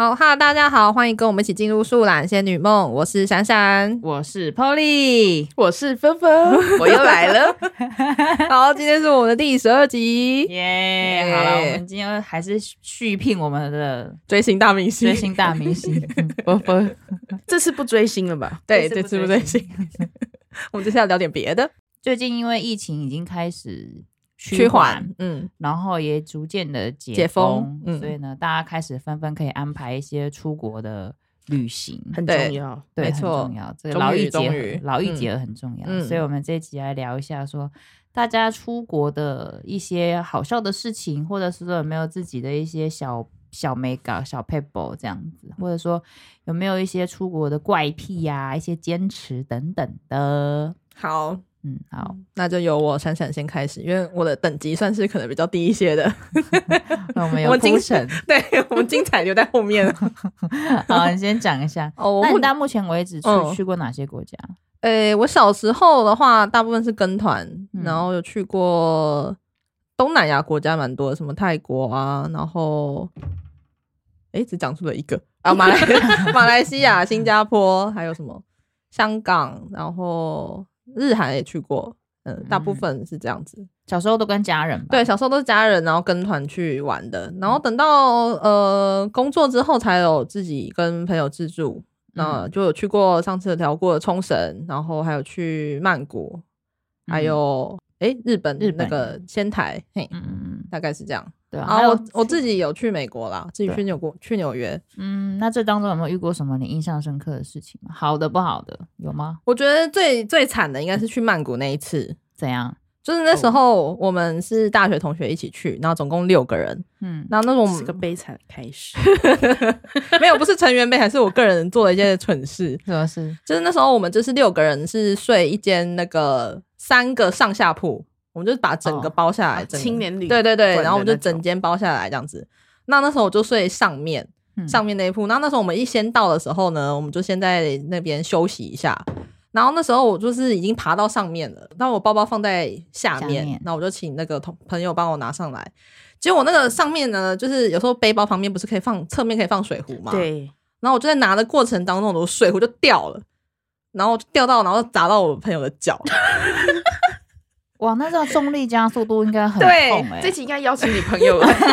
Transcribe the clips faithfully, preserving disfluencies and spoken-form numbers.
好哈，大家好，欢迎跟我们一起进入树懒仙女梦。我是闪闪， 我是 Polly， 我是芬芬，我又来了。 好，今天是我们的第十二集， 耶、yeah, ！好了，我们今天还是续聘我们的追星大明星， 追星大明星。不不， 这次不追星了吧？ 对，这次不追星。我们接下来聊点别的。 最近因为疫情已经开始趋缓，嗯， 然后也逐渐的解封， 解封嗯、 所以呢，大家开始纷纷可以安排一些出国的旅行， 很重要， 对， 没错， 很重要。这个劳逸结合，劳逸结合很重要、嗯。所以，我们这一集来聊一下说，说大家出国的一些好笑的事情，或者是说有没有自己的一些小小美感、小 pebble 这样子，或者说有没有一些出国的怪癖呀、啊、一些坚持等等的。 好。 嗯，好， 那就由我闪闪先开始，因为我的等级算是可能比较低一些的。 那我们有铺陈， 对，我们精彩留在后面。 好，你先讲一下。哦，那你到目前为止去、嗯、去过哪些国家？ 诶，我小时候的话，大部分是跟团、嗯，然后有去过东南亚国家蛮多的，什么泰国啊，然后诶，只讲出了一个啊，马来马来西亚、新加坡，还有什么香港，然后。日韩也去过，嗯，大部分是这样子。 小时候都跟家人吧？ 对，小时候都是家人，然后跟团去玩的。然后等到呃工作之后，才有自己跟朋友自助。那、嗯、就有去过上次聊过的冲绳，然后还有去曼谷，嗯、还有哎日本那个仙台，嘿，嗯，大概是这样。对啊，然后我我自己有去美国啦，自己去纽国去纽约。 嗯，那这当中有没有遇过什么你印象深刻的事情吗？好的不好的有吗？ 我觉得最最惨的应该是去曼谷那一次。 怎样？ 就是那时候我们是大学同学一起去，然后总共六个人。嗯，然后那种是个悲惨的开始。 没有，不是成员悲惨，是我个人做了一件蠢事。 什么事？ 就是那时候我们就是六个人是睡一间那个三个上下铺。我们就把整个包下来， 哦、青年旅对对对，然后我们就整间包下来这样子。那那时候我就睡上面，嗯、上面那一铺。然后那时候我们一先到的时候呢，我们就先在那边休息一下。然后那时候我就是已经爬到上面了，但我包包放在下面，那我就请那个朋友帮我拿上来。结果那个上面呢，就是有时候背包旁边不是可以放侧面可以放水壶吗？ 对。 然后我就在拿的过程当中，我水壶就掉了，然后掉到，然后砸到我朋友的脚。 哇，那这个重力加速度应该很痛欸。 对，这期应该邀请你朋友了。 我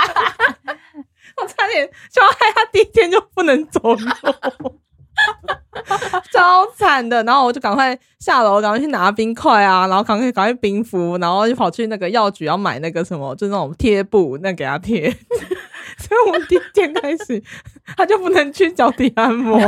差点就要害他第一天就不能走路，超惨的。然后我就赶快下楼，赶快去拿冰块啊，然后赶快赶快冰敷，然后就跑去那个药局要买那个什么，就是那种贴布，那给他贴。所以我们第一天开始，他就不能去脚底按摩。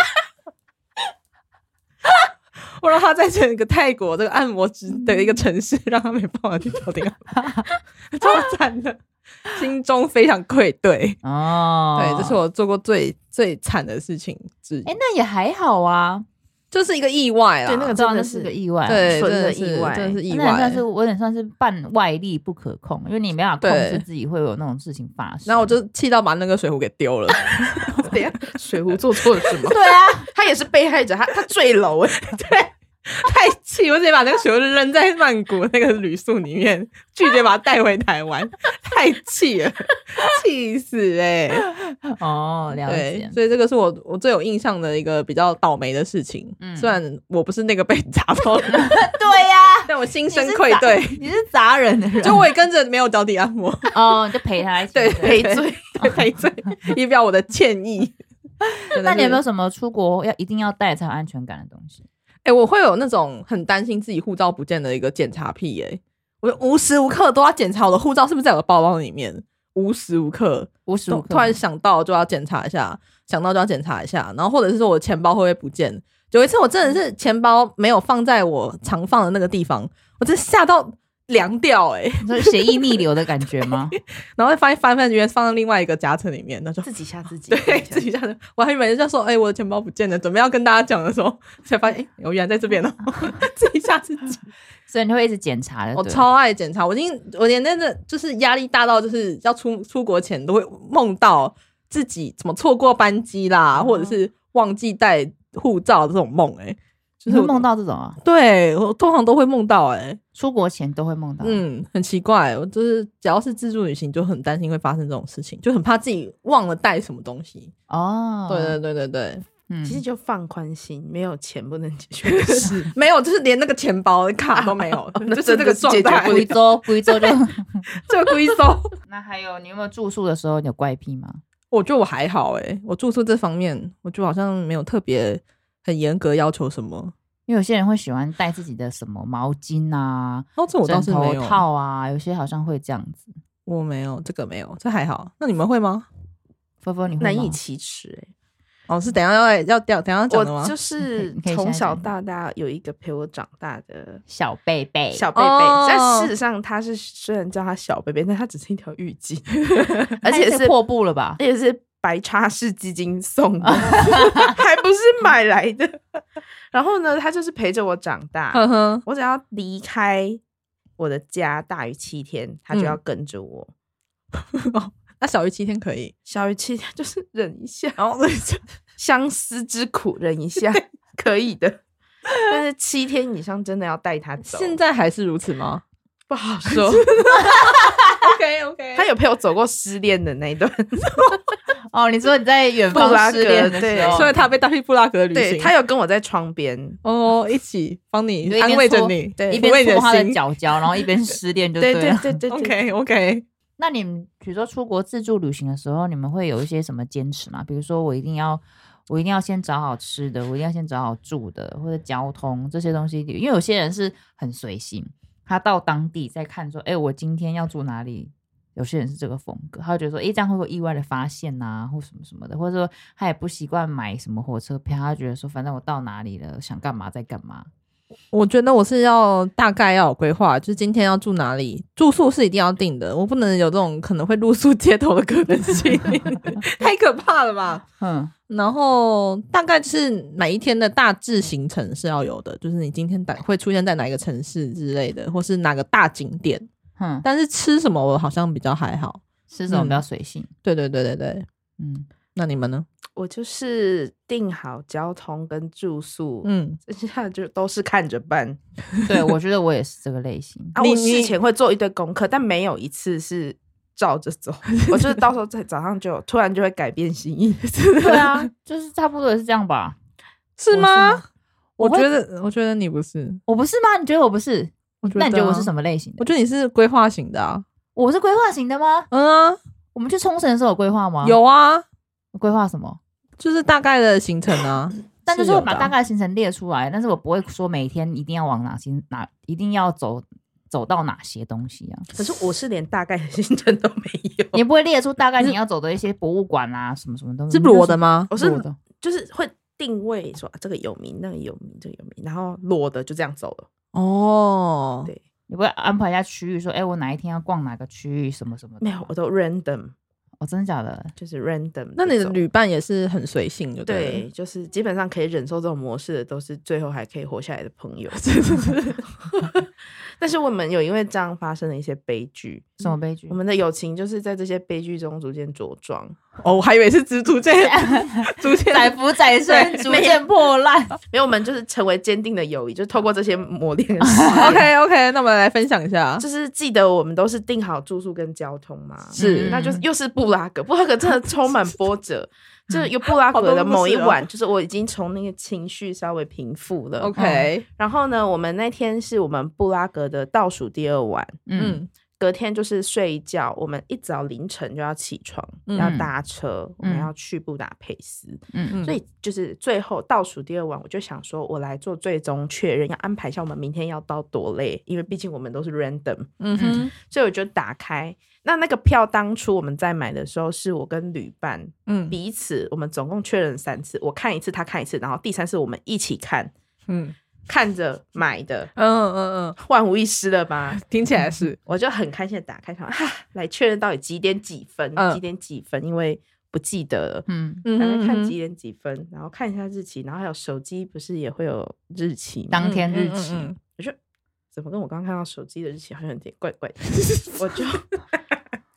我让他在这个泰国这个按摩之的一个城市，让他没办法去脚底按摩，超惨的，心中非常愧对哦。对，这是我做过最最惨的事情之一。 哎、欸，那也还好啊， 就是一个意外啦。 对，那个真的是个意外， 对， 纯的意外， 真的是意外。 那算是我有点算是半外力不可控，因为你没办法控制自己会有那种事情发生。 然后我就气到把那个水壶给丢了。 等一下，水壶做错了什么？ 对啊， 他也是被害者，他他坠楼哎。 对。太气！我直接把那个水壶扔在曼谷那个旅宿里面，拒绝把它带回台湾，太气了，气死哎、欸！ 哦，了解。 所以这个是我我最有印象的一个比较倒霉的事情。嗯，虽然我不是那个被砸到的人， 对呀、啊， 但我心生愧对。 你是砸人的人， 就我也跟着没有脚底按摩哦，就陪他一起， 对， 赔罪， 赔罪，以表我的歉意。 那你有没有什么出国要一定要带才有安全感的东西？ 哎、欸，我会有那种很担心自己护照不见的一个检查癖、欸，哎，我无时无刻都要检查我的护照是不是在我的包包里面，无时无刻， 无时无刻， 突然想到就要检查一下，想到就要检查一下，然后或者是说我的钱包会不会不见？有一次我真的是钱包没有放在我常放的那个地方，我真吓到凉掉哎、欸， 你说血液逆流的感觉吗？ 然后翻翻翻，原来放到另外一个夹层里面，那就自己吓自己， 对，自己吓自己。我还以为就说，哎、欸，我的钱包不见了，准备要跟大家讲的时候，才发现，哎、欸，我原来在这边了，自己吓自己。 所以你会一直检查的。 我超爱检查，我已经，我连那个就是压力大到，就是要出出国前都会梦到自己怎么错过班机啦，哦、或者是忘记带护照这种梦、欸，哎。 就是会梦到这种啊？ 对，我通常都会梦到、欸，哎， 出国前都会梦到。 嗯，很奇怪，我就是只要是自助旅行，就很担心会发生这种事情，就很怕自己忘了带什么东西。 哦， 对对对对对， 嗯， 其实就放宽心，没有钱不能解决的事。 没有，就是连那个钱包卡都没有，就是这个状态。 贵州贵州就这个贵州。 那还有，你有没有住宿的时候你有怪癖吗？ 我觉得我还好哎、欸，我住宿这方面，我就好像没有特别很严格要求什么。 因为有些人会喜欢带自己的什么毛巾啊、 哦，这我倒是没有。 枕头套啊，有些好像会这样子。 我没有，这个没有，这还好。那你们会吗？ 芬芬，你会吗？ 难以启齿哎、欸。 哦，是等一下要要掉，等一下讲的吗？ 我就是从小到大有一个陪我长大的小贝贝， 小贝贝。哦、但事实上，他是虽然叫他小贝贝，但他只是一条浴巾，而且是破布了吧？ 而且是白叉式基金送的，还不是买来的。然后呢，他就是陪着我长大。 呵呵， 我只要离开我的家大于七天，他就要跟着我。 嗯那小于七天可以， 小于七天就是忍一下，然后相思之苦忍一下，可以的。但是七天以上真的要带他走。 现在还是如此吗？ 不好说。 OK OK， 他有陪我走过失恋的那一段。 哦，你说你在远方失恋的时候， 所以他被带去布拉格旅行。 对，他有跟我在窗边哦，一起帮你安慰着你， 对，一边搓他的脚脚，然后一边失恋就对了。 对对对对 ，OK OK。 那你们比如说出国自助旅行的时候，你们会有一些什么坚持吗？比如说我一定要，我一定要先找好吃的，我一定要先找好住的，或者交通这些东西。因为有些人是很随性，他到当地再看说，哎、欸，我今天要住哪里？有些人是这个风格，他会觉得说，哎、欸，这样会不会意外的发现啊，或什么什么的，或者说他也不习惯买什么火车票，他觉得说，反正我到哪里了，想干嘛再干嘛。 我觉得我是要大概要有规划，就是今天要住哪里，住宿是一定要定的，我不能有这种可能会露宿街头的可能性，太可怕了吧？嗯，然后大概是每一天的大致行程是要有的，就是你今天会出现在哪一个城市之类的，或是哪个大景点。嗯，但是吃什么我好像比较还好， 吃什么比较随性。 嗯、对对对对对，嗯，那你们呢？ 我就是订好交通跟住宿， 嗯， 剩下就都是看着办。 对，我觉得我也是这个类型。 啊，我事前会做一堆功课，但没有一次是照着走。我就是到时候在早上就突然就会改变心意。 对啊，就是差不多也是这样吧？ 是吗？ 我, 我觉得，我觉得你不是， 我不是吗？你觉得我不是？ 我觉得、啊， 那你觉得我是什么类型的？ 我觉得你是规划型的啊。 我是规划型的吗？ 嗯啊， 我们去冲绳的时候有规划吗？ 有啊。 规划什么？ 就是大概的行程啊， 但就是会把大概的行程列出来，但是我不会说每天一定要往哪些哪，一定要走走到哪些东西啊。 可是我是连大概的行程都没有， 你不会列出大概你要走的一些博物馆啊，什么什么东西？ 是裸的吗？ 我是就是会定位说、啊、这个有名，那个有名，这个有名，然后裸的就这样走了。 哦， 对， 你不会安排一下区域，说，哎、欸，我哪一天要逛哪个区域，什么什么的？ 没有，我都 random。 哦，真的假的？ 就是 random。 那你的旅伴也是很随性就对了， 对，就是基本上可以忍受这种模式的，都是最后还可以活下来的朋友。但是我们有因为这样发生了一些悲剧。 什么悲剧？ 我们的友情就是在这些悲剧中逐渐茁壮。 哦，我还以为是逐逐渐逐渐载浮载沉，逐渐破烂。 没有，我们就是成为坚定的友谊，就透过这些磨练。 OK OK， 那我们来分享一下， 就是记得我们都是订好住宿跟交通嘛， 是， 那就是又是布拉格，布拉格真的充满波折。就是有布拉格的某一晚，就是我已经从那个情绪稍微平复了。 OK，、嗯、 然后呢，我们那天是我们布拉格的倒数第二晚，嗯，隔天就是睡一觉，我们一早凌晨就要起床，嗯、要搭车，我们要去布达佩斯，嗯，所以就是最后倒数第二晚，我就想说，我来做最终确认，要安排一下我们明天要到多累，因为毕竟我们都是 random， 嗯哼，所以我就打开。那那个票当初我们在买的时候，是我跟旅伴，嗯，彼此我们总共确认三次，我看一次，他看一次，然后第三次我们一起看，嗯，看着买的， 嗯嗯嗯， 万无一失了吧？ 听起来是， 我就很开心的打开它，哈，来确认到底几点几分，嗯、几点几分，因为不记得了，嗯，大概看几点几分，然后看一下日期，然后还有手机不是也会有日期吗？ 当天日期， 嗯嗯嗯、我就怎么跟我刚刚看到手机的日期好像有点怪怪的，我就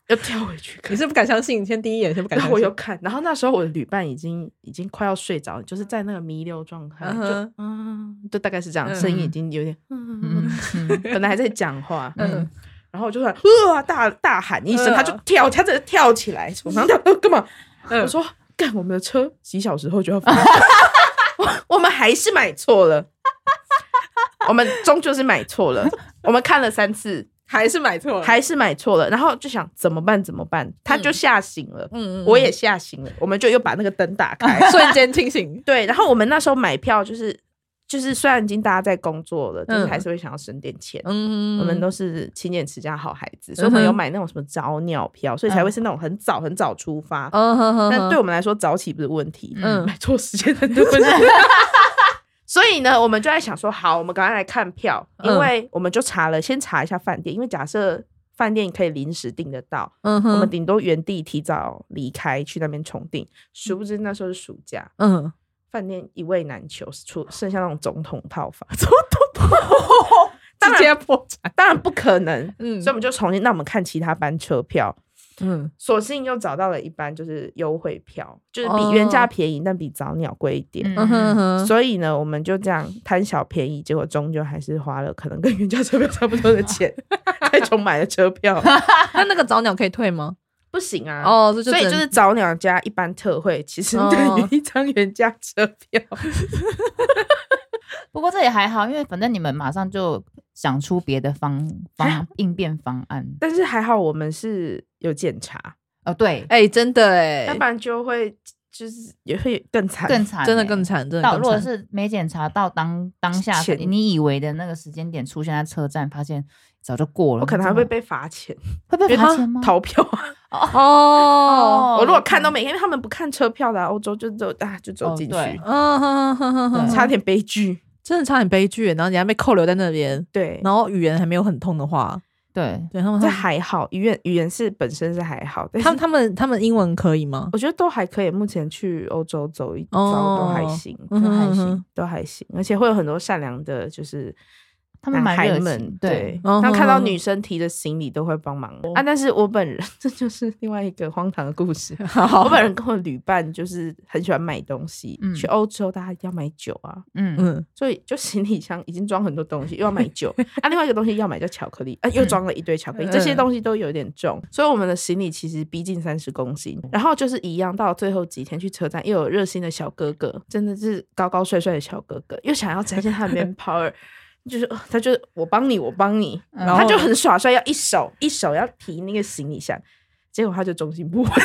要跳回去看。 你是不敢相信，先第一眼先不敢相信。 然后我又看，然后那时候我的旅伴已经已经快要睡着，就是在那个弥留状态，就嗯，就大概是这样，声音已经有点嗯，本来还在讲话，嗯，然后我就突然哇大大喊一声，他就跳，他真的跳起来，从上跳，干嘛？我说干，我们的车几小时后就要发我们还是买错了，我们终究是买错了，我们看了三次。 还是买错了， 还是买错了，然后就想怎么办？怎么办？他就吓醒了，嗯，我也吓醒了，我们就又把那个灯打开， 瞬间清醒。 对，然后我们那时候买票就是就是，虽然已经大家在工作了，但是还是会想要省点钱。嗯，我们都是勤俭持家好孩子，所以我们有买那种什么早鸟票，所以才会是那种很早很早出发。嗯，但对我们来说早起不是问题，嗯，买错时间的问题。所以呢，我们就在想说，好，我们赶快来看票，因为我们就查了，先查一下饭店，因为假设饭店可以临时订得到，嗯，我们顶多原地提早离开去那边重订。殊不知那时候是暑假，嗯，饭店一位难求，出剩下那种总统套房，总统套房直接破产，当然不可能，嗯，所以我们就重新，那我们看其他班车票。嗯，索性又找到了一班就是优惠票，就是比原价便宜，哦，但比早鸟贵一点。嗯哼哼，所以呢，我们就这样贪小便宜，结果终究还是花了可能跟原价车票差不多的钱，再重买了车票。 那那个早鸟可以退吗？ 不行啊。 哦， 就所以就是早鸟加一般特惠，其实等于一张原价车票。哦， 不过这也还好，因为反正你们马上就想出别的方方应变方案。 但是还好我们是有检查哦，对， 哎，欸，真的哎， 要不然就会就是也会更惨， 更惨，欸， 真的更惨，真的更惨。 如果是没检查到当当下你以为的那个时间点出现在车站，发现早就过了， 我可能还会被罚钱， 会被罚钱吗？ 逃票啊！哦，我如果看都没看，因为他们不看车票的，欧洲就走啊，就走进去，嗯，差点悲剧。 真的差点悲剧，然后你还被扣留在那边， 对， 然后语言还没有很通的话， 对对，他们这还好，语言语言是本身是还好， 他们他们他们英文可以吗？ 我觉得都还可以，目前去欧洲走一遭，哦，都还行，都还行，嗯，都还行，而且会有很多善良的，就是他们蛮热情， 对，他看到女生提的行李都会帮忙，哦，啊。但是我本人这就是另外一个荒唐的故事。我本人跟我旅伴就是很喜欢买东西，嗯，去欧洲大家要买酒啊，嗯嗯，所以就行李箱已经装很多东西，又要买酒啊，另外一个东西要买叫巧克力啊，又装了一堆巧克力，嗯，这些东西都有点重，所以我们的行李其实逼近三十公斤。然后就是一样，到最后几天去车站，又有热心的小哥哥，真的是高高帅帅的小哥哥，又想要展现他的 manpower。就是他就是我帮你我帮你，然后他就很耍帅，要一手一手要提那个行李箱，结果他就重心不稳，好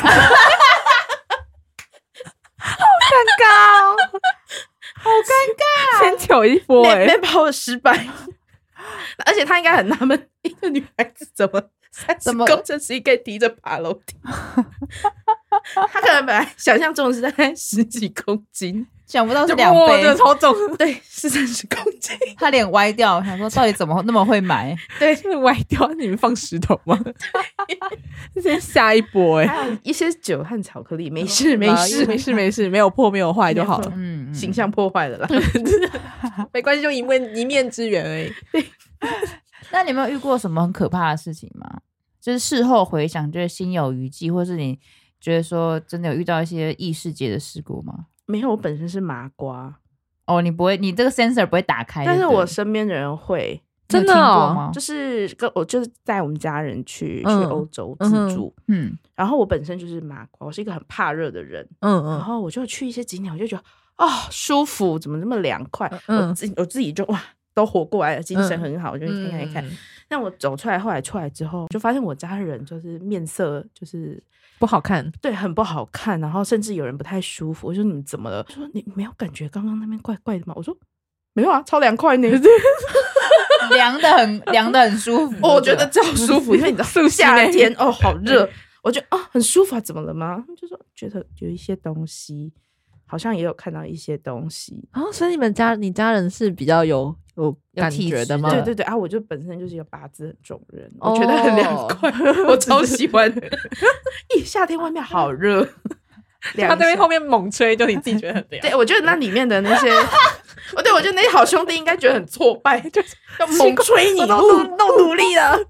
尴尬哦，好尴尬，先糗一波哎， 面包的失败，而且他应该很纳闷，一个女孩子怎么三十公尺是可以提着爬楼梯，他可能本来想象中是大概十几公斤。 想不到是两倍， 真的超重， 对，是三十公斤， 他脸歪掉，想说到底怎么那么会买？ 对， 是歪掉，你们放石头吗？先下一波哎， 还有一些酒和巧克力，没事没事没事没事，没有破没有坏就好了， 嗯，形象破坏了啦， 没关系，就一面一面之缘而已。 那你有没有遇过什么很可怕的事情吗？就是事后回想，觉得心有余悸，或是你觉得说真的有遇到一些异世界的事故吗？ 没有，我本身是麻瓜哦，你不会，你这个 sensor 不会打开， 但是我身边的人会， 真的哦， 吗？就是跟我就是带我们家人去、嗯、去欧洲自助，嗯，然后我本身就是麻瓜，我是一个很怕热的人，嗯嗯，然后我就去一些景点，我就觉得啊、哦、舒服，怎么那么凉快，嗯、我自我自己就哇都活过来了，精神很好，我就看看一看。但我走出来，后来出来之后，就发现我家人就是面色就是不好看， 对，很不好看，然后甚至有人不太舒服。我说你们怎么了？说你没有感觉刚刚那边怪怪的吗？我说没有啊，超凉快呢， 凉的很凉的很舒服。 我觉得超舒服，因为你知道夏天哦好热，我觉得哦很舒服啊，怎么了吗？就说觉得有一些东西。好像也有看到一些东西哦，所以你们家你家人是比较有有感觉的吗？ 对对对啊，我就本身就是一个八字很重人，哦、我觉得很凉快，我超喜欢。咦，夏天外面好热， 他那边后面猛吹，就你自己觉得很凉。 对，我觉得那里面的那些，哦，对我觉得那些好兄弟应该觉得很挫败，就是要猛吹你， 都都努力了。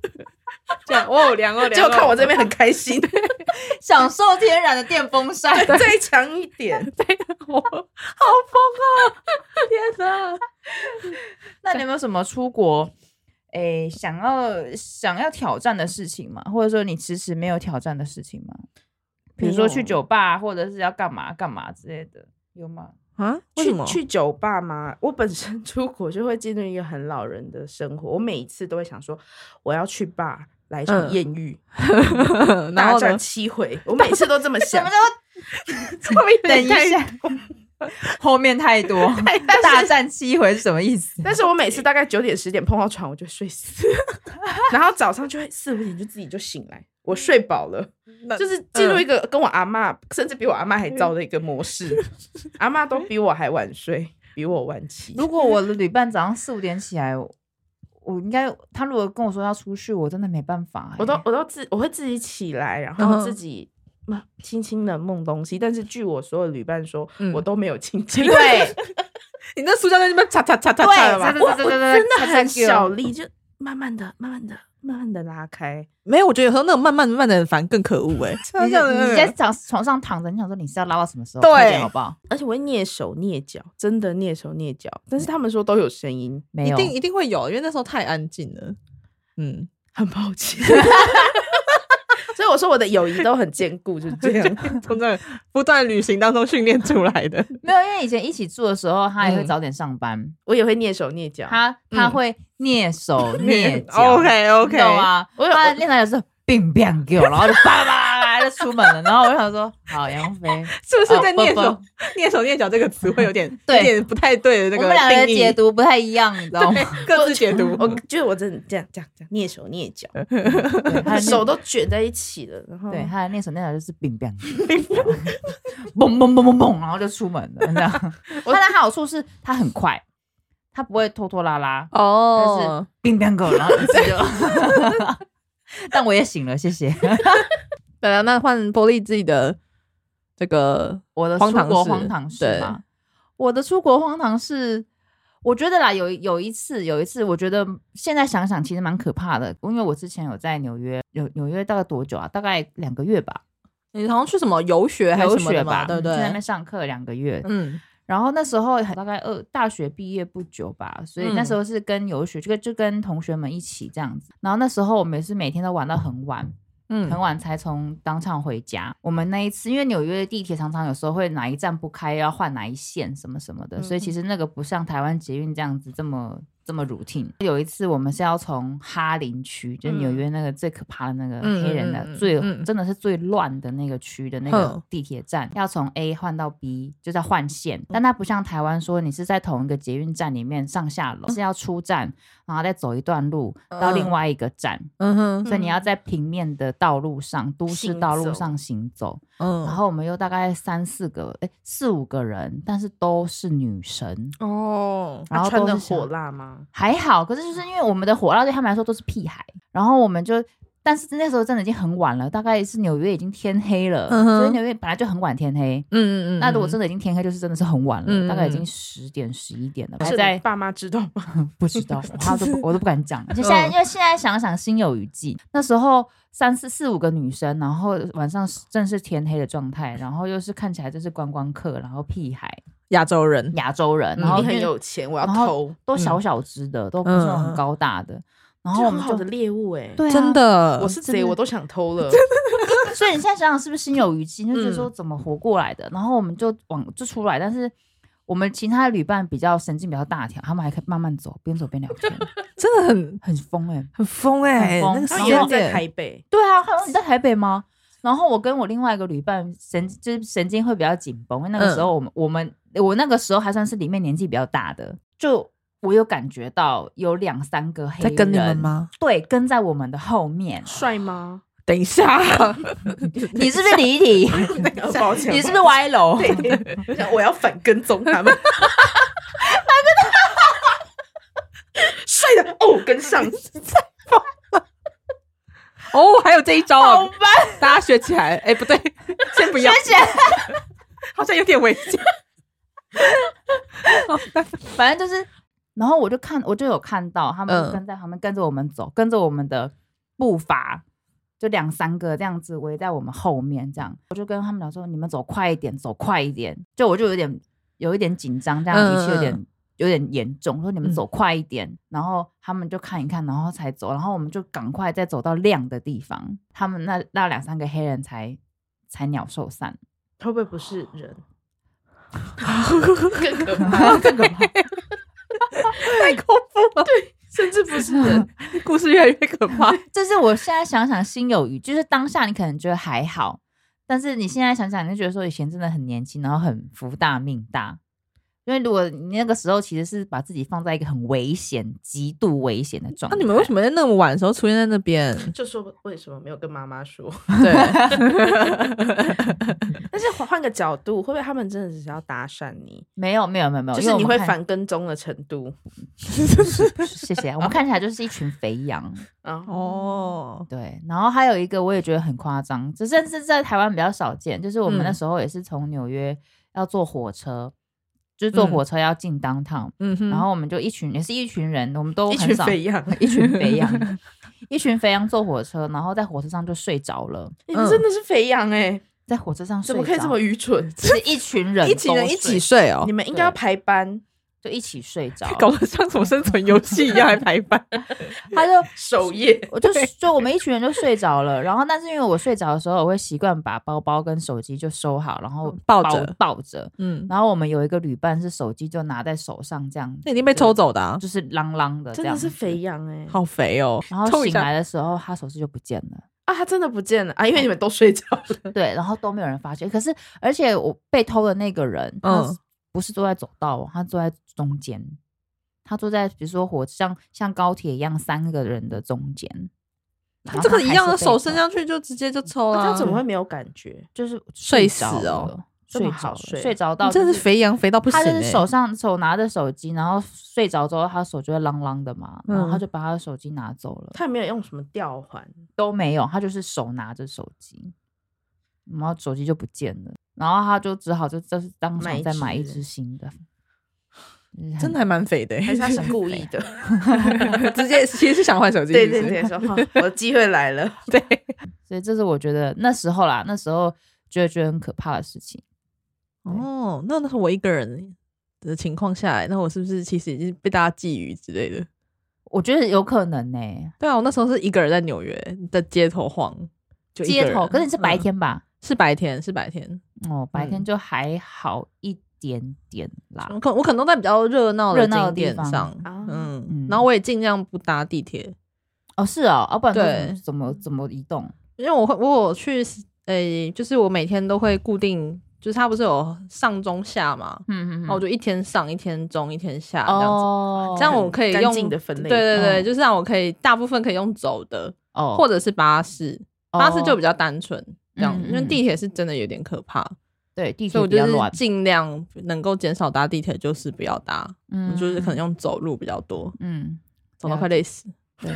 这样哦凉哦凉， 就看我这边很开心， 享受天然的电风扇， 再强一点。 对，我好疯啊！天哪！ 那你有没有什么出国诶想要想要挑战的事情吗？或者说你迟迟没有挑战的事情吗？比如说去酒吧，或者是要干嘛干嘛之类的，有吗？ 啊？为什么去去酒吧吗？我本身出国就会进入一个很老人的生活，我每一次都会想说，我要去吧来一场艳遇， 嗯、 大战七回，我每次都这么想。 等一下，后面太多，大战七回是什么意思？ 但是我每次大概九点十点碰到床，我就睡死，然后早上就会四五点就自己就醒来，我睡饱了，就是进入一个跟我阿嬷、嗯、甚至比我阿嬷还糟的一个模式。阿嬷都比我还晚睡，比我晚起。 如果我的旅伴早上四五点起来，我应该他如果跟我说要出去，我真的没办法、欸。 我都我都自我会自己起来，然后自己。嗯轻轻的梦东西，但是据我所有旅伴说、嗯，我都没有轻轻。 对， 你那塑胶在那边擦擦擦擦擦的吧？ 我我真的很小力，就慢慢的、慢慢的、慢慢的拉开。 没有，我觉得有时候那种慢慢慢的很烦，更可恶哎、 欸。你你在床床上躺着，你想说你是要拉到什么时候？ 对， 好不好？ 而且我会蹑手蹑脚，真的蹑手蹑脚。但是他们说都有声音， 没有， 一定一定会有，因为那时候太安静了。嗯， 很抱歉。所以我说我的友谊都很坚固，就是这样， 从这不断旅行当中训练出来的。 没有，因为以前一起住的时候，他也会早点上班，嗯、 我也会蹑手蹑脚， 他他会蹑手蹑脚。 OK OK， 懂吗？我他练台有时候乒乒给我，然后就叭叭叭就出门了。然后我就想说，好，杨飞是不是在蹑手蹑手蹑脚这个词会有点有点不太对的那个？ 我们两个的解读不太一样，你知道吗？ 各自解读。 我就是我真的这样这样这样蹑手蹑脚，手都卷在一起了。然后对，他的蹑手蹑脚就是乒乒乒乒，嘣嘣嘣嘣嘣，然后就出门了。这样，它的好处是它很快，它不会拖拖拉拉哦， 但是乒乒狗，然后一次就。但我也醒了，谢谢。 对啊，那换波莉自己的这个我的出国荒唐事嘛。我的出国荒唐事，我觉得啦，有有一次，有一次，我觉得现在想想其实蛮可怕的，因为我之前有在纽约，有纽约大概多久啊？大概两个月吧。 你好像去什么游学还是什么的吧？ 对不对？ 去那边上课两个月， 嗯。 然后那时候大概二大学毕业不久吧，所以那时候是跟游学，就就跟同学们一起这样子。然后那时候我们是每天都玩到很晚，嗯，很晚才从当场回家。我们那一次，因为纽约的地铁常常有时候会哪一站不开，要换哪一线什么什么的，嗯、所以其实那个不像台湾捷运这样子这么这么 routine。有一次我们是要从哈林区，就是纽约那个最可怕的那个黑人的、嗯、最、嗯、真的是最乱的那个区的那个地铁站，要从 A 换到 B， 就在换线。但它不像台湾说你是在同一个捷运站里面上下楼，是要出站然后再走一段路到另外一个站，嗯哼，所以你要在平面的道路上、都市道路上行走。嗯，然后我们又大概三四个，哎，四五个人，但是都是女生哦。 然后穿的火辣吗？ 还好，可是就是因为我们的火辣对他们来说都是屁孩，然后我们就。但是那时候真的已经很晚了，大概是纽约已经天黑了，嗯、所以纽约本来就很晚天黑。嗯嗯嗯。那如果真的已经天黑，就是真的是很晚了，嗯、大概已经十点十一点了。还在爸妈知道吗？ 不知道，他都我都不敢讲。而且现在、嗯、因为现在想想心有余悸，那时候三四四五个女生，然后晚上正是天黑的状态，然后又是看起来就是观光客，然后屁孩。 亚洲人， 亚洲人，然后你很有钱，我要偷， 都小小只的，嗯、都不是那种很高大的。然后我们就好的猎物哎、欸， 对、啊， 真的， 我是贼，我都想偷了。 所以你现在想想，是不是心有余悸？就觉得说怎么活过来的？嗯、然后我们就往就出来，但是我们其他的旅伴比较神经比较大条，他们还可以慢慢走，边走边聊天， 真的很很疯哎、欸， 很疯哎、欸，那个时间在台北， 对啊，你在台北吗？然后我跟我另外一个旅伴神就是神经会比较紧绷，因为那个时候我们、嗯、我们我那个时候还算是里面年纪比较大的，就。我有感觉到有两三个黑人在跟你们吗？ 对，跟在我们的后面。 帅吗？ 等一下， 你是不是离题？ 抱歉， 你是不是歪楼？ 对对对，我想我要反跟踪他们。帅的哦，跟上， 哦，还有这一招哦， 好烦， 大家学起来。哎，不对，先不要， 学起来， 好像有点危险。 反正就是。然后我就看，我就有看到他们跟在旁边跟着我们走，嗯、跟着我们的步伐，就两三个这样子围在我们后面，这样我就跟他们讲说，你们走快一点，走快一点。就我就有点有一点紧张，这样语气有点、嗯、有点严重，说你们走快一点、嗯。然后他们就看一看，然后才走。然后我们就赶快再走到亮的地方，他们那那两三个黑人才才鸟兽散。 会不会不是人？ 更可怕，更可怕，太恐怖了。 对。甚至不是人， 故事越来越可怕。 就是我现在想想心有余，就是当下你可能觉得还好，但是你现在想想，你就觉得说以前真的很年轻，然后很福大命大。因为如果你那个时候其实是把自己放在一个很危险、极度危险的状态， 那、啊、你们为什么在那么晚的时候出现在那边？ 就说为什么没有跟妈妈说？ 对。 但是换个角度，会不会他们真的只是要搭讪你？ 没有，没有，没有，没有， 就是你会反跟踪的程度。 谢谢。我们看起来就是一群肥羊。 哦， 对。然后还有一个我也觉得很夸张，只甚至在台湾比较少见，就是我们那时候也是从纽约要坐火车。嗯，就是坐火车要进 downtown， 嗯哼，然后我们就一群也是一群人，我们都很少一群肥羊， 一群肥羊，一群肥羊坐火车，然后在火车上就睡着了。 你们真的是肥羊哎、欸， 在火车上睡着， 怎么可以这么愚蠢？ 是一群人， 一群人一起睡哦。 你们应该要排班， 就一起睡着， 搞得像什么生存游戏一样还排班。 他就守夜， 我就就我们一群人就睡着了。然后，但是因为我睡着的时候，我会习惯把包包跟手机就收好，然后抱着抱着。嗯，然后我们有一个旅伴是手机就拿在手上这样， 那已经被抽走的、啊， 就是啷啷的， 真的是肥羊哎、欸， 好肥哦。 然后醒来的时候，他手机就不见了啊，他真的不见了啊，因为你们都睡着了。 对，然后都没有人发现。可是，而且我被偷的那个人，他不是坐在走道哦，他坐在中间。他坐在比如说火像像高铁一样三个人的中间， 他这个一样的手伸上去就直接就抽了、啊， 他怎么会没有感觉？ 就是睡死哦， 睡着睡睡着到、 就是，真的是肥羊肥到不行、欸。 他就是手上手拿着手机，然后睡着之后，他手就会啷啷的嘛，然后他就把他的手机拿走了。 他也没有用什么吊环， 都没有，他就是手拿着手机，然后手机就不见了，然后他就只好就就是当场再买一只新的。 真的还蛮肥的、欸， 还是他是故意的， 直接其实是想换手机。 对对对，说我的机会来了。 对，所以这是我觉得那时候啦，那时候觉得觉得很可怕的事情。 哦，那那是我一个人的情况下来，那我是不是其实已经被大家觊觎之类的？ 我觉得有可能呢、欸。 对啊，我那时候是一个人在纽约的街头晃，就一个人街头，可是你是白天吧？ 嗯、是白天，是白天。 哦，白天就还好一点点啦。 我可我可能都在比较热闹的景点上，嗯嗯，然后我也尽量不搭地铁。 哦，是哦，要、啊、不然对怎么怎么移动？ 因为我会我有去，诶、欸，就是我每天都会固定，就是它不是有上中下嘛，嗯嗯，然后我就一天上一天中一天下这样子，哦、这样我可以用干净的分类， 对对对，嗯、就是让我可以大部分可以用走的，哦，或者是巴士，巴士就比较单纯这样，嗯嗯，因为地铁是真的有点可怕。 对，地铁比较乱， 尽量能够减少搭地铁，就是不要搭，嗯，就是可能用走路比较多，嗯，走到快累死。 对，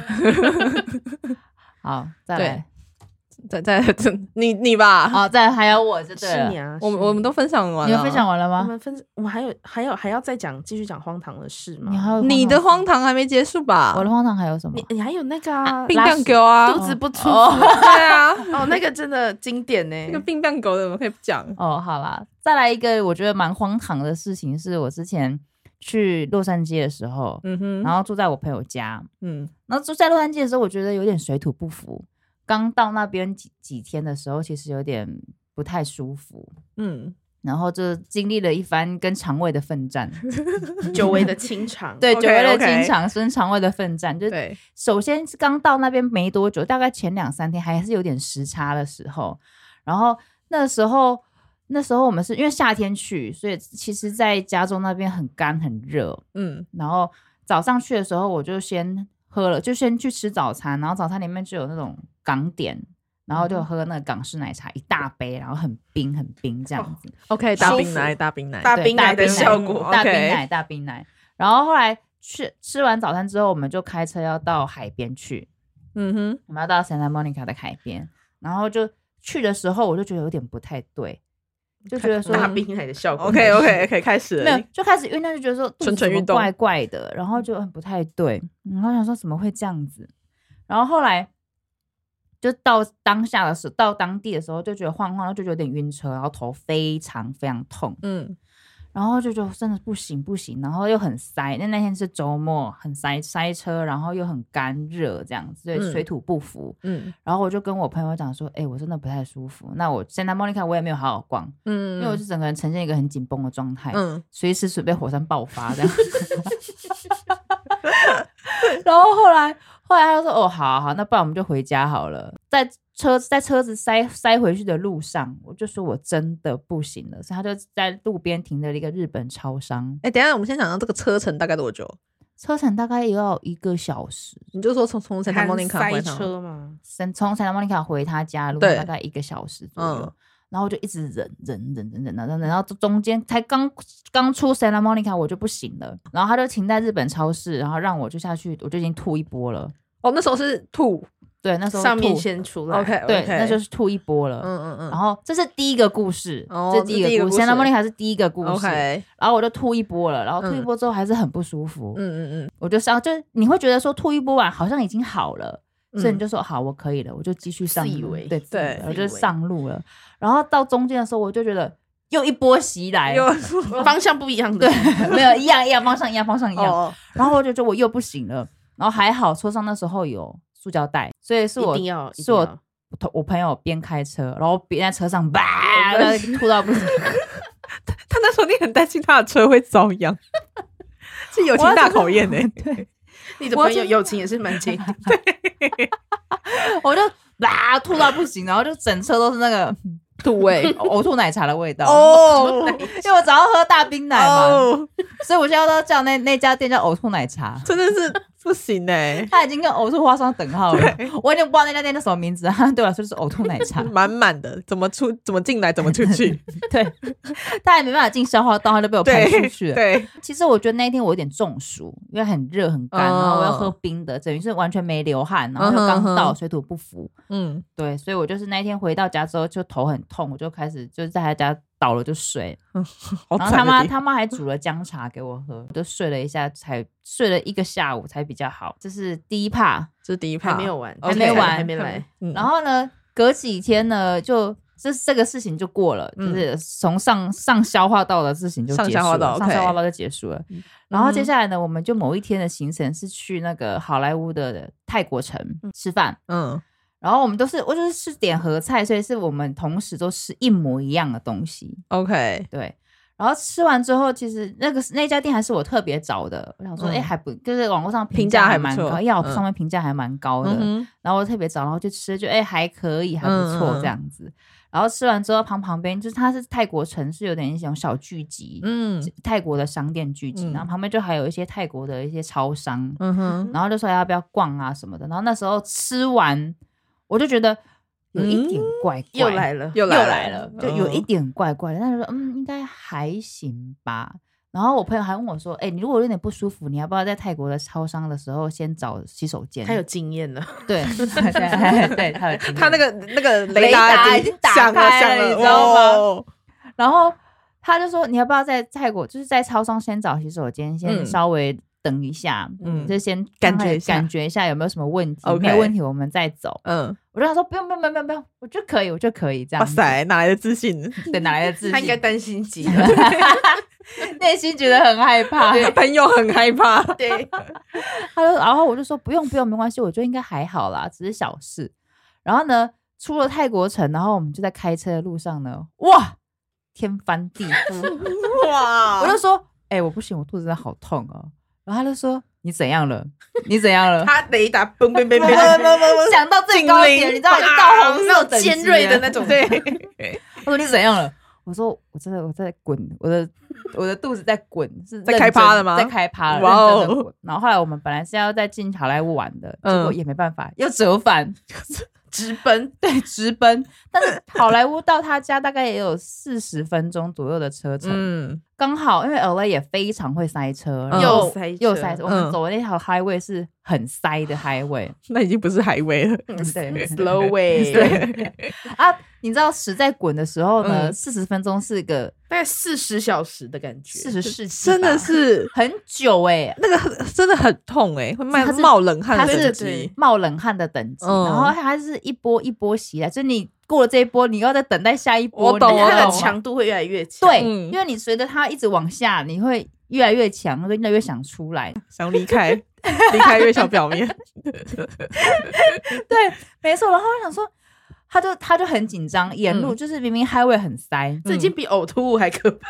好，再来， 再再来，你你吧， 好，再来还有我，就对了， 是你啊， 我们我们都分享完了， 你们分享完了吗？ 我们分，我们还有还有还要再讲，继续讲荒唐的事吗？ 你还有你的荒唐还没结束吧？ 我的荒唐还有什么？ 你你还有那个啊， 病病狗啊， 肚子不舒服， 对啊， 哦，那个真的经典呢， 那个病病狗的我们可以不讲哦。好啦，再来一个我觉得蛮荒唐的事情，是我之前去洛杉矶的时候，嗯哼，然后住在我朋友家，嗯，然后住在洛杉矶的时候，我觉得有点水土不服。刚到那边几几天的时候，其实有点不太舒服，嗯，然后就经历了一番跟肠胃的奋战， 久违的清肠， 对， okay, 久违的清肠跟肠胃的奋战，就首先刚到那边没多久，大概前两三天还是有点时差的时候，然后那时候那时候我们是因为夏天去，所以其实在加州那边很干很热，嗯，然后早上去的时候我就先喝了，就先去吃早餐，然后早餐里面就有那种港点，然后就喝那个港式奶茶一大杯，然后很冰很冰这样子。 哦、OK， 大冰奶，大冰奶， 大冰奶的效果， 大冰奶，大冰奶。然后后来去吃完早餐之后，我们就开车要到海边去。嗯哼，我们要到 Santa Monica 的海边，然后就去的时候，我就觉得有点不太对。就觉得说大冰奶的效果 ，OK OK OK， 开始了， 没有就开始运动，就觉得说蠢蠢运动怪怪的，然后就很不太对，然后想说怎么会这样子，然后后来就到当下的时候，到当地的时候就觉得晃晃，就觉得有点晕车，然后头非常非常痛，嗯。然后就觉得真的不行不行，然后又很塞，那那天是周末，很塞塞车，然后又很干热这样子，所以水土不服。嗯，然后我就跟我朋友讲说，哎、欸，我真的不太舒服。那我 Santa Monica 我也没有好好逛，嗯，因为我就整个人呈现一个很紧绷的状态，嗯，随时准备火山爆发这样。然后后来后来他就说，哦，好好好，那不然我们就回家好了。在车在车子塞塞回去的路上，我就说我真的不行了，所以他就在路边停了一个日本超商。 哎、欸，等一下我们先讲到这个车程大概多久？ 车程大概也要一个小时。 你就说从从 Santa Monica 回塞车吗？ 从 Santa Monica 回他家路大概一个小时左右。嗯，然后我就一直忍忍忍忍忍忍忍，然后中间才刚刚出 Santa Monica 我就不行了，然后他就停在日本超市，然后让我就下去，我就已经吐一波了。 哦，那时候是吐。 对，那时候上面先出来 ，OK， 对， okay 那就是吐一波了。嗯嗯嗯。然后这是第一个故事，哦、这是第一个故事 ，Santa Monica 是第一个故事。 OK。 然后我就吐一波了，然后吐一波之后还是很不舒服。嗯嗯嗯。我就上，就你会觉得说吐一波完好像已经好了，嗯、所以你就说好，我可以了，我就继续上路。 自以为对对，我就上路了。然后到中间的时候，我就觉得又一波袭来， 方向不一样的， 对，没有一样一样方向一样方向一样。哦、然后我就觉得我又不行了，然后还好车上那时候有塑胶袋，所以是我一定要是我我朋友边开车，然后边在车上叭吐到不行。 他, 他那时候你很担心他的车会遭殃，是友情大考验呢、欸。 对，你的朋友友情也是蛮坚定。 对，我就叭吐到不行，然后就整车都是那个吐味，呕吐奶茶的味道。哦，因为我早上喝大冰奶嘛，哦、所以我现在都叫那那家店叫呕吐奶茶， 真的是。不行哎、欸， 他已经跟呕吐画上等号了。我已经不知道那家店叫什么名字，他对我来说就是呕吐奶茶， 满满的，怎么出怎么进来怎么出去。 对，他还没办法进消化道，他就被我排出去了。 对， 其实我觉得那一天我有点中暑，因为很热很干，哦、然后我要喝冰的，等于是完全没流汗，然后又刚到，水土不服。嗯，对，所以我就是那一天回到家之后就头很痛，我就开始就是在他家倒了就睡，嗯、然后他妈他妈还煮了姜茶给我喝，我就睡了一下，才睡了一个下午才比较好。这是第一趴， 这是第一趴， 还没有完， 还没完， 还没来。 嗯、然后呢，隔几天呢，就这这个事情就过了，嗯、就是从上上消化道的事情就结束了， 上消化道， 上消化道就结束了。嗯、然后接下来呢，我们就某一天的行程是去那个好莱坞的泰国城吃饭，嗯。然后我们都是，我就是吃点合菜，所以是我们同时都吃一模一样的东西。 OK， 对。然后吃完之后，其实那个那家店还是我特别找的。我想说，哎、嗯欸，还不就是网络上评价还蛮高，药上面评价还蛮高的。嗯、然后我特别找，然后去吃，就哎、欸、还可以，还不错这样子。嗯、然后吃完之后，旁旁边就是它是泰国城市，有点一种小聚集，嗯，泰国的商店聚集，嗯、然后旁边就还有一些泰国的一些超商，嗯哼，然后就说要不要逛啊什么的。然后那时候吃完。我就觉得有一点怪怪、 嗯、又来了， 又来了，就有一点怪怪的。但是说，嗯，应该还行吧。然后我朋友还问我说：“哎、欸，你如果有点不舒服，你要不要在泰国的超商的时候先找洗手间？” 他有经验了， 对，对，对，他有经验。 他那个那个雷达已经打开了，你知道吗？哦、然后他就说：“你要不要在泰国，就是在超商先找洗手间，先稍微。嗯”等一下，嗯，就先感觉感觉一下有没有什么问题， okay, 没有问题我们再走。嗯，我就想说不用不用不用不用，我就可以，我就可以这样。 哇塞，哪来的自信？ 对，哪来的自信？ 他应该担心极了， 内心觉得很害怕， 朋友很害怕。 对， 他就然后我就说不用不用，没关系，我觉得应该还好啦，只是小事。然后呢，出了泰国城，然后我们就在开车的路上呢，哇，天翻地覆，哇！我就说，哎、欸，我不行，我肚子真的好痛哦。然后他就说：“你怎样了？你怎样了？” 他雷达嘣嘣嘣嘣嘣，想到最高点，你知道，到红色等级尖锐的那种。对， 他说：“你怎样了？”我说：“我真的我在滚，我的我的肚子在滚，是在开趴了吗？ 在开趴了，哇哦！然后后来我们本来是要再进好莱坞玩的，结果也没办法，又折返。” 直奔， 对，直奔。但是好莱坞到他家大概也有四十分钟左右的车程，嗯，刚好因为 L A 也非常会塞车， 嗯、又塞又塞车。我们走的那条 highway 是很塞的 highway， 那已经不是 highway 了， 嗯、对 ，slow way。 对啊，你知道驶在滚的时候呢，四十、嗯、分钟是个大概四十小时的感觉， 四十世纪真的是很久哎、欸， 那个真的很痛哎、欸，会冒冒冷汗的等级， 冒冷汗的等级，嗯、然后它是一波一波袭来，就是你过了这一波，你要再等待下一波， 我懂， 它的强度会越来越强， 对，嗯、因为你随着它一直往下，你会越来越强，会越来越想出来， 想离开，离开月球表面， 对，没错。然后我想说。他就他就很紧张，沿路就是明明 highway 很塞， 这、嗯、已经比呕吐物还可怕。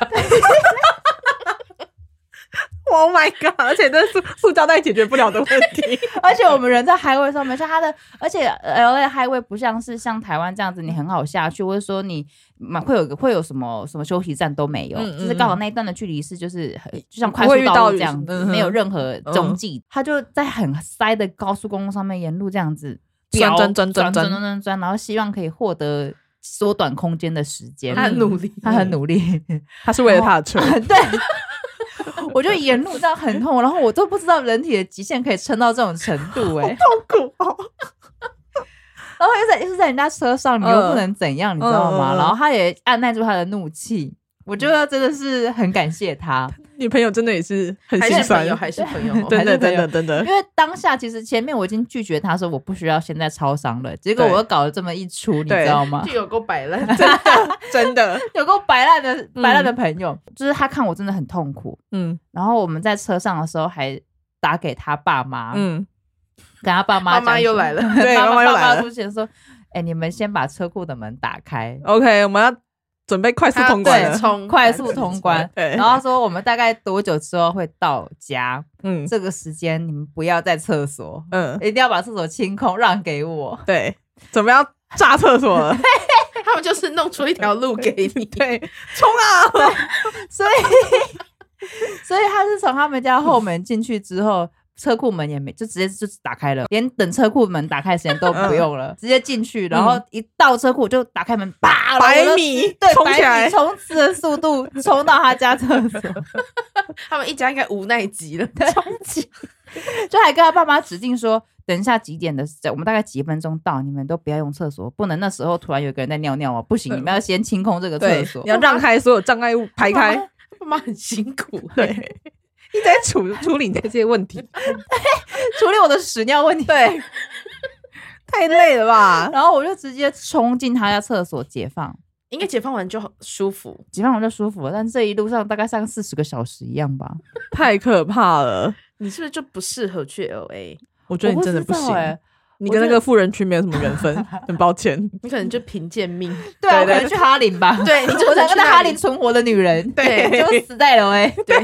Oh my god！ 而且这塑塑胶袋解决不了的问题。 而且我们人在 highway 上面，像它的，而且 L A highway 不像是像台湾这样子，你很好下去，或者说你会有会有什么什么休息站都没有，嗯嗯就是刚好那一段的距离是就是就像快速道路这样子，嗯、没有任何踪迹。他、嗯、就在很塞的高速公路上面沿路这样子。 钻钻钻钻钻钻钻，然后希望可以获得缩短空间的时间。 他很努力， 他很努力， 他是为了他的车。 对，我就沿路这样很痛，然后我都不知道人体的极限可以撑到这种程度、欸，哎， 痛苦哦。 然后又在又是在人家车上，你又不能怎样，嗯、你知道吗？嗯、然后他也按耐住他的怒气。我觉得真的是很感谢他， 女朋友真的也是很心酸， 还是朋友， 真的真的真的。 因为当下其实前面我已经拒绝他说我不需要现在超商了，结果我又搞了这么一出，你知道吗？ 就有够摆烂， 真的真的有够摆烂的摆烂的朋友，嗯、就是他看我真的很痛苦，嗯，然后我们在车上的时候还打给他爸妈，嗯，跟他爸妈， 妈妈又来了， 对， 妈妈又来了， 出现说，哎、欸，你们先把车库的门打开 ，OK， 我们要。准备快速通关了， 对，快速通关。然后说我们大概多久之后会到家？嗯，这个时间你们不要在厕所，嗯，一定要把厕所清空，让给我。 对，准备要炸厕所了。 他们就是弄出一条路给你， 对，冲啊！ 所以，所以他是从他们家后门进去之后。车库门也没，就直接就打开了，连等车库门打开时间都不用了，嗯、直接进去，然后一到车库就打开门，啪， 百米对， 冲起来， 冲刺的速度冲到他家厕所， 他们一家应该无奈极了， 冲击，就还跟他爸妈指定说，等一下几点的，我们大概几分钟到，你们都不要用厕所，不能那时候突然有个人在尿尿哦，不行，你们要先清空这个厕所， 你要让开所有障碍物排开， 爸妈很辛苦， 对。一直在处处理这些问题， 处理我的屎尿问题， 对，太累了吧？ 然后我就直接冲进他家厕所解放， 应该解放完就舒服， 解放完就舒服了。但这一路上大概上四十个小时一样吧， 太可怕了。 你是不是就不适合去 L A？ 我觉得你真的不行，欸、你跟那个富人区没有什么缘分，很抱歉。 你可能就贫贱命， 对啊，我可能去哈林吧。 对，你就我跟哈林存活的女人， 对， 就死在 L A。 对。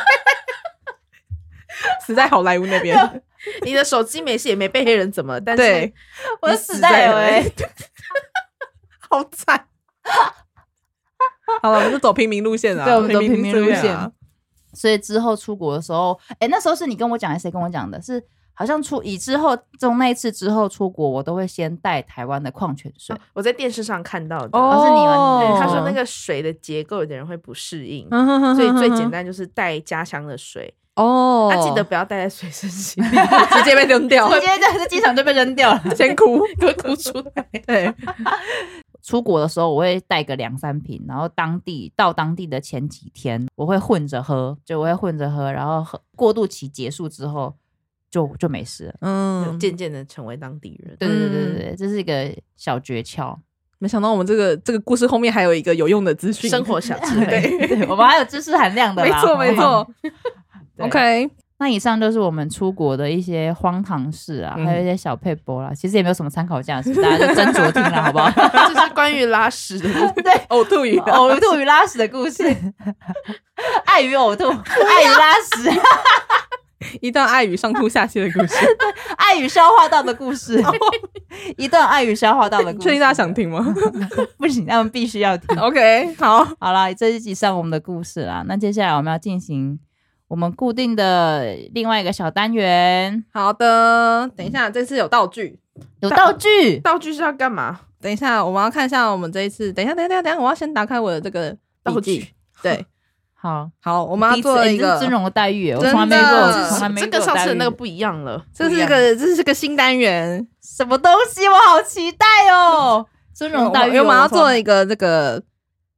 死在好莱坞那边， 你的手机没事也没被黑人怎么，但是我死在了哎， 好惨。好了，我们就走平民路线啊， 对，我们走平民路线。啊、所以之后出国的时候，哎、欸，那时候是你跟我讲，还是谁跟我讲的？是好像出以之后从那一次之后出国，我都会先带台湾的矿泉水。 哦、我在电视上看到的， 哦，是你们， 他说那个水的结构有的人会不适应，嗯、所以最简单就是带家乡的水。哦，他、啊、记得不要带在随身行李， 直接被扔掉， 直接在机场就被扔掉了， 先哭， 会哭出来。 对， 出国的时候我会带个两三瓶，然后当地到当地的前几天我会混着喝，就我会混着喝，然后喝过渡期结束之后就就没事了， 嗯，渐渐的成为当地人。 对对对对对，这是一个小诀窍。 没想到我们这个这个故事后面还有一个有用的资讯， 生活小智慧， 对，对，我们还有知识含量的啦， 没错没错。OK， 那以上就是我们出国的一些荒唐事啊，嗯、还有一些小撇步啦，其实也没有什么参考价值，大家就斟酌听了，好不好？ 这是关于拉屎的， 对， 呕吐与呕吐与拉屎的故事，爱与呕吐，爱与拉屎， 一段爱与上吐下泻的故事， 爱与消化道的故事，一段爱与消化道的故事。 确定大家想听吗？ 不行，他们必须要听。 OK， 好， 好啦，这是以上我们的故事啦。那接下来我们要进行我们固定的另外一个小单元。 好的，等一下，这次有道具， 有道具， 道具是要干嘛？ 等一下，我们要看一下我们这一次。等一下，等一下，等一下，我要先打开我的这个道具。 对， 好好，我们要做一个尊荣的待遇，我从来没过，从来没过。 这跟上次的那个不一样了， 这是个这是个新单元， 什么东西？我好期待哦！尊荣待遇， 我们要做一个这个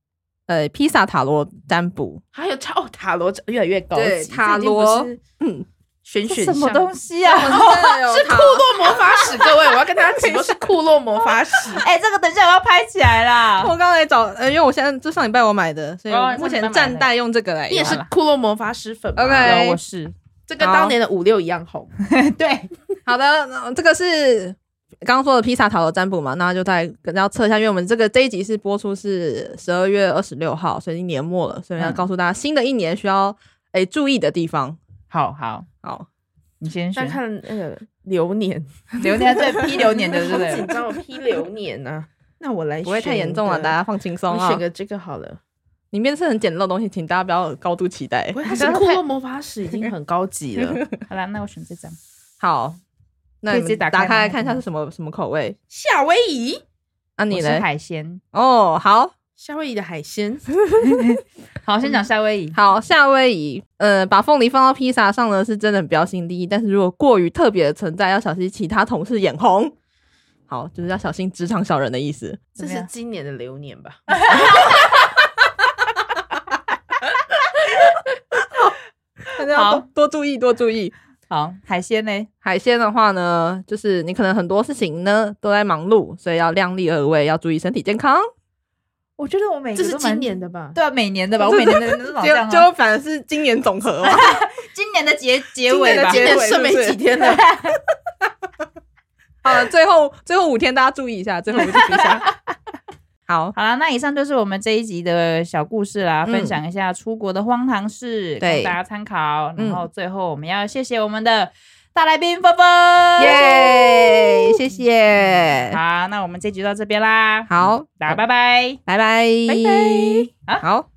呃披萨塔罗占卜， 还有哦塔罗越来越高级， 对塔罗， 嗯。选选什么东西啊？ 是库洛魔法使，各位，我要跟大家直播是库洛魔法使。 哎、欸，这个等一下我要拍起来啦！ 我刚才找，呃，因为我现在就上礼拜我买的，所以我目前暂代用这个来用。 你也是库洛魔法使粉吗 ？OK， 我是， 这跟当年的五六一样红。 对， 好的，这个是刚刚说的披萨塔罗占卜嘛，那就再跟大家测一下，因为我们这个这一集是播出是十二月二十六号，所以已经年末了，所以要告诉大家新的一年需要哎、欸、注意的地方。 好好好， 你先选。 再看那个流年， 流年对批流年的，对不对？ 好紧张，我批流年呢、啊。那我来选， 不会太严重了，大家放轻松啊。 我选个这个好了。 里面是很简陋的东西，请大家不要高度期待。 不会，它是库洛魔法使，已经很高级了。 好啦，那我选这张。 好，那你们打开来看一下是什么什么口味？ 夏威夷。 啊，你呢？ 海鲜。 哦，好。 夏威夷的海鲜， 好，先讲夏威夷。 好，夏威夷，呃，把凤梨放到披萨上呢，是真的很标新立异，但是如果过于特别的存在，要小心其他同事眼红。好，就是要小心职场小人的意思。 这是今年的流年吧？ 大家要多多注意，多注意。 好，海鲜呢？ 海鲜的话呢，就是你可能很多事情呢都在忙碌，所以要量力而为，要注意身体健康。 我觉得我每这是今年的吧？ 对啊，每年的吧，我每年的都老这样、啊、 就反而是今年总和嘛， 今年的结结尾吧， 今年剩没几天了。 好了，最后最后五天大家注意一下，最后五天注意一下。好， 好啦，那以上就是我们这一集的小故事啦，嗯、分享一下出国的荒唐事， 对供大家参考。然后最后我们要谢谢我们的大来宾芬芬， 耶，谢谢。 好，那我们这集就到这边啦。 好， 大家拜拜， 拜拜， 拜拜。 好。